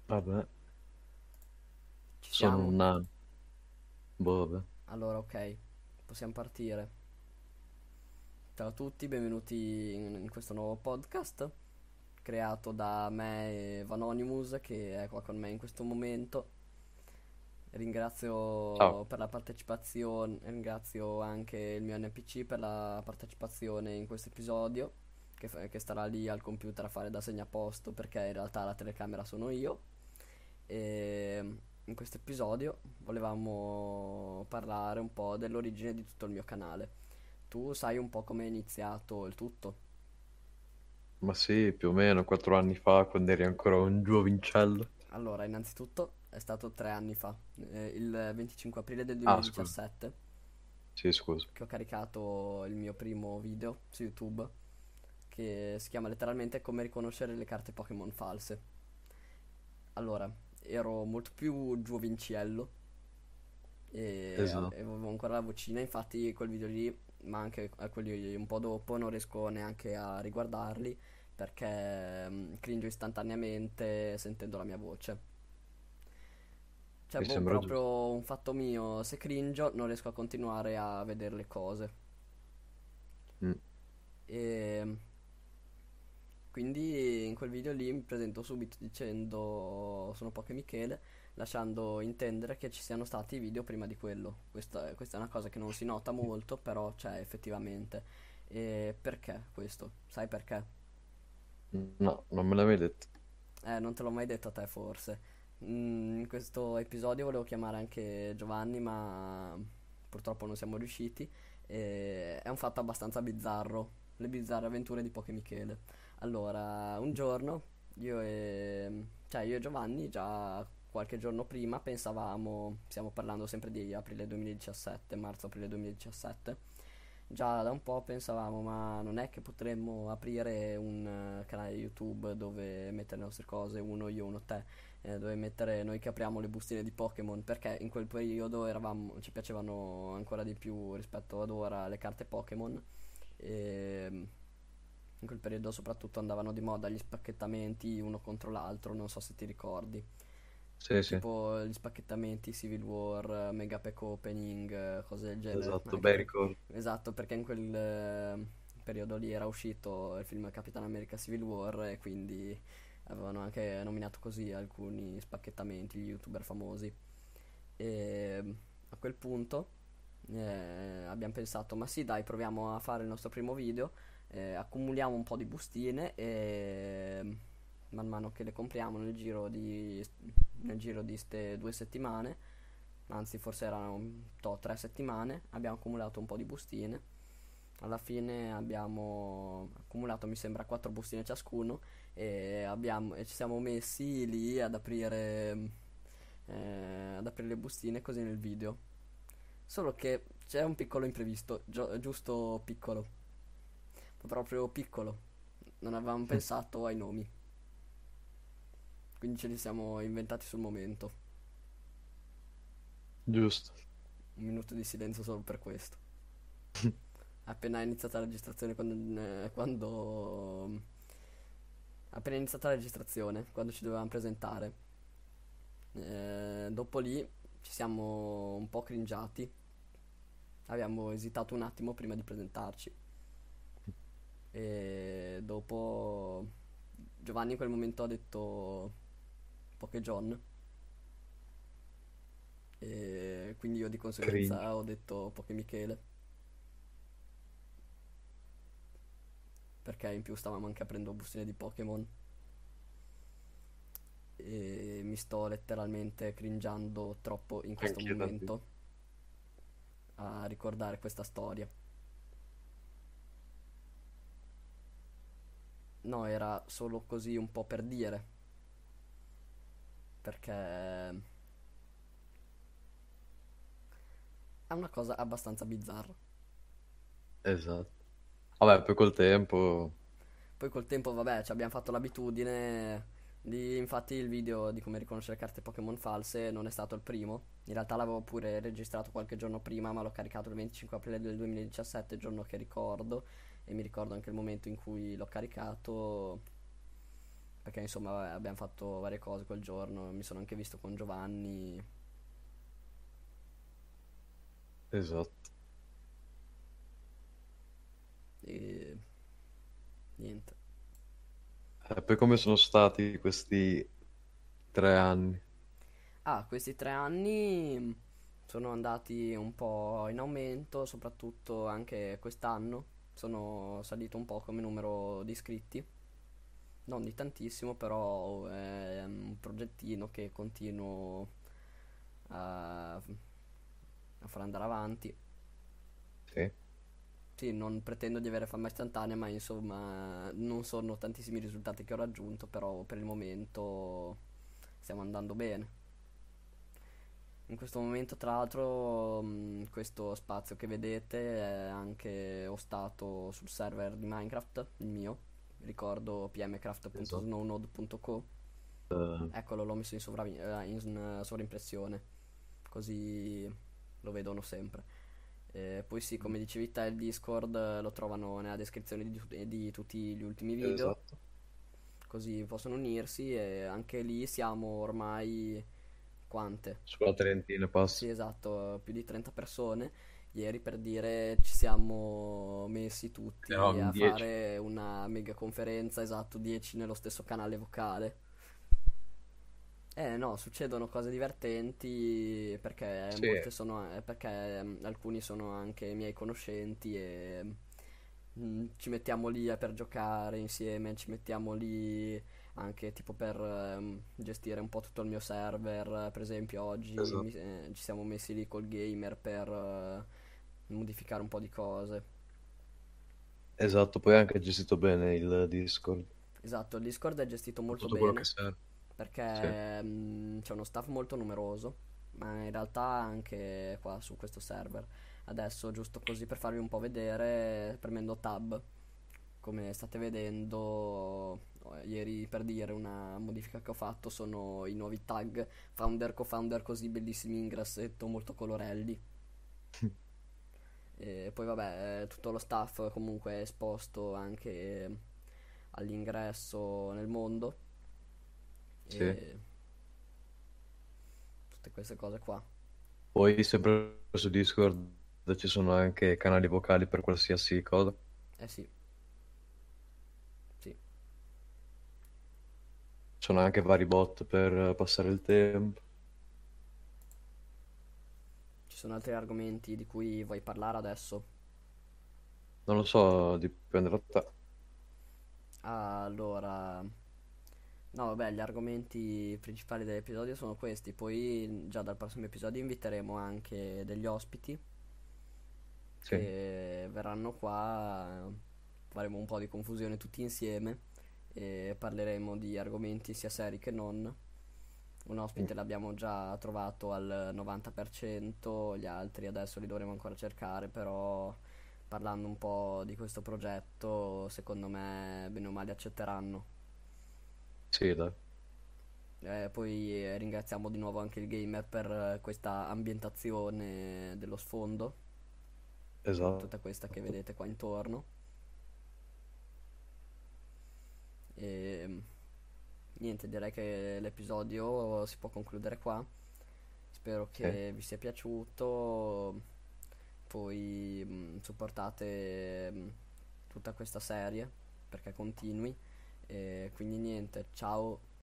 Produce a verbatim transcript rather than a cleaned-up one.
Vabbè, Ci sono siamo? un nano. Boh, vabbè. Allora, ok, possiamo partire. Ciao a tutti, benvenuti in, in questo nuovo podcast creato da me e Vanonimus che è qua con me in questo momento. Ciao. Ringrazio per la partecipazione, ringrazio anche il mio N P C per la partecipazione in questo episodio, che, fa- che starà lì al computer a fare da segnaposto perché in realtà la telecamera sono io. E in questo episodio volevamo parlare un po' dell'origine di tutto il mio canale. Tu sai un po' come è iniziato il tutto? Ma sì, più o meno quattro anni fa, quando eri ancora un giovincello. Allora, innanzitutto è stato tre anni fa, eh, il venticinque aprile del Ah, scusa. duemiladiciassette, Sì, scusa. che ho caricato il mio primo video su YouTube, che si chiama letteralmente Come riconoscere le carte Pokémon false. Allora, ero molto più giovincello e ave- Esatto. avevo ancora la vocina, infatti quel video lì, ma anche a quelli un po' dopo, non riesco neanche a riguardarli perché mm, cringo istantaneamente sentendo la mia voce. Cioè, Mi boh, sembra giusto. proprio un fatto mio, se cringio non riesco a continuare a vedere le cose. Mm. E quindi in quel video lì mi presento subito dicendo sono Poche Michele, lasciando intendere che ci siano stati video prima di quello. Questa, questa è una cosa che non si nota molto, però c'è effettivamente. E perché questo? Sai perché? No, non me l'avevi detto. Eh, non te l'ho mai detto a te forse. Mm, in questo episodio volevo chiamare anche Giovanni, ma purtroppo non siamo riusciti. E è un fatto abbastanza bizzarro, le bizzarre avventure di Poche Michele. Allora, un giorno io e, cioè io e Giovanni già qualche giorno prima pensavamo, stiamo parlando sempre di aprile duemiladiciassette, marzo-aprile duemiladiciassette, già da un po' pensavamo, ma non è che potremmo aprire un eh, canale YouTube dove mettere le nostre cose, uno io, uno te, eh, dove mettere noi che apriamo le bustine di Pokémon, perché in quel periodo eravamo, ci piacevano ancora di più rispetto ad ora le carte Pokémon. E in quel periodo soprattutto andavano di moda gli spacchettamenti uno contro l'altro, non so se ti ricordi. Sì, sì. Tipo gli spacchettamenti Civil War, Mega Pack Opening, eh, cose del genere. Esatto, Anche bei per... ricordi. Esatto, perché in quel eh, periodo lì era uscito il film Capitan America Civil War e quindi avevano anche nominato così alcuni spacchettamenti, gli youtuber famosi. E a quel punto eh, abbiamo pensato, ma sì, dai, proviamo a fare il nostro primo video, eh, accumuliamo un po' di bustine e man mano che le compriamo nel giro di nel giro di ste due settimane, anzi forse erano un to, tre settimane, abbiamo accumulato un po' di bustine. Alla fine abbiamo accumulato, mi sembra, quattro bustine ciascuno e, abbiamo, e ci siamo messi lì ad aprire, eh, ad aprire le bustine così nel video. Solo che c'è un piccolo imprevisto, gio- giusto piccolo, proprio piccolo. Non avevamo pensato ai nomi, quindi ce li siamo inventati sul momento. Giusto. Un minuto di silenzio solo per questo. Appena iniziata la registrazione, quando, eh, quando- appena iniziata la registrazione, quando ci dovevamo presentare, eh, dopo lì ci siamo un po' cringiati. Abbiamo esitato un attimo prima di presentarci. E dopo Giovanni in quel momento ha detto Poké John. E quindi io di Cringe. conseguenza ho detto Poké Michele. Perché in più stavamo anche aprendo bustine di Pokémon. E mi sto letteralmente cringiando troppo in questo Anch'io tanti. momento a ricordare questa storia. No, era solo così un po' per dire, perché è una cosa abbastanza bizzarra. Esatto. Vabbè, poi col tempo. Poi col tempo, vabbè, ci abbiamo fatto l'abitudine di, infatti il video di come riconoscere carte Pokémon false non è stato il primo. In realtà l'avevo pure registrato qualche giorno prima, ma l'ho caricato il venticinque aprile del duemiladiciassette, giorno che ricordo, e mi ricordo anche il momento in cui l'ho caricato. perché insomma vabbè, abbiamo fatto varie cose quel giorno, mi sono anche visto con Giovanni Esatto. e niente. E poi come sono stati questi tre anni? Ah, questi tre anni sono andati un po' in aumento, soprattutto anche quest'anno. Sono salito un po' come numero di iscritti, non di tantissimo, però è un progettino che continuo a, a far andare avanti. Sì, Sì, non pretendo di avere fama istantanea, ma insomma non sono tantissimi risultati che ho raggiunto, però per il momento stiamo andando bene. In questo momento, tra l'altro, mh, questo spazio che vedete è anche ostato sul server di Minecraft, il mio, ricordo esatto. pmcraft punto snownode punto co. Eh, Eccolo, l'ho messo in, sovravi- eh, in eh, sovraimpressione, così lo vedono sempre. Eh, poi sì, come dicevi te, il Discord eh, lo trovano nella descrizione di, tut- di tutti gli ultimi video, esatto. così possono unirsi e anche lì siamo ormai quante? Sulla Trentina Sì, passa. esatto, più di trenta persone. Ieri per dire ci siamo messi No, tutti in a dieci. fare una mega conferenza, esatto, dieci nello stesso canale vocale. Eh no, succedono cose divertenti perché Sì, molte sono, eh, perché mm, alcuni sono anche miei conoscenti e mm, ci mettiamo lì eh, per giocare insieme, ci mettiamo lì anche tipo per ehm, gestire un po' tutto il mio server. Per esempio oggi esatto. mi- eh, ci siamo messi lì col gamer per eh, modificare un po' di cose. Esatto, poi hai anche gestito bene il Discord. Esatto, il Discord è gestito molto Tutto quello che bene serve. Sì. perché mm, c'è uno staff molto numeroso, ma in realtà anche qua su questo server. Adesso, giusto così per farvi un po' vedere, premendo tab, come state vedendo, eh, ieri per dire una modifica che ho fatto sono i nuovi tag founder, co-founder così bellissimi in grassetto, molto colorelli. E poi vabbè, eh, tutto lo staff comunque è esposto anche all'ingresso nel mondo Sì. e tutte queste cose qua. Poi sempre su Discord ci sono anche canali vocali per qualsiasi cosa. Eh sì, sì. Ci sono anche vari bot per passare il tempo. Ci sono altri argomenti di cui vuoi parlare adesso? Non lo so, dipende da te. Allora, no, vabbè, gli argomenti principali dell'episodio sono questi, poi già dal prossimo episodio inviteremo anche degli ospiti Sì. che verranno qua, faremo un po' di confusione tutti insieme e parleremo di argomenti sia seri che non. Un Mm. ospite l'abbiamo già trovato al novanta per cento, gli altri adesso li dovremo ancora cercare, però parlando un po' di questo progetto, secondo me bene o male accetteranno. Sì, dai. Eh, poi eh, ringraziamo di nuovo anche il gamer per eh, questa ambientazione dello sfondo, tutta questa che Esatto. vedete qua intorno. E niente, direi che l'episodio si può concludere qua. Spero Sì. che vi sia piaciuto. Poi mh, supportate mh, tutta questa serie perché continui. E quindi niente, ciao.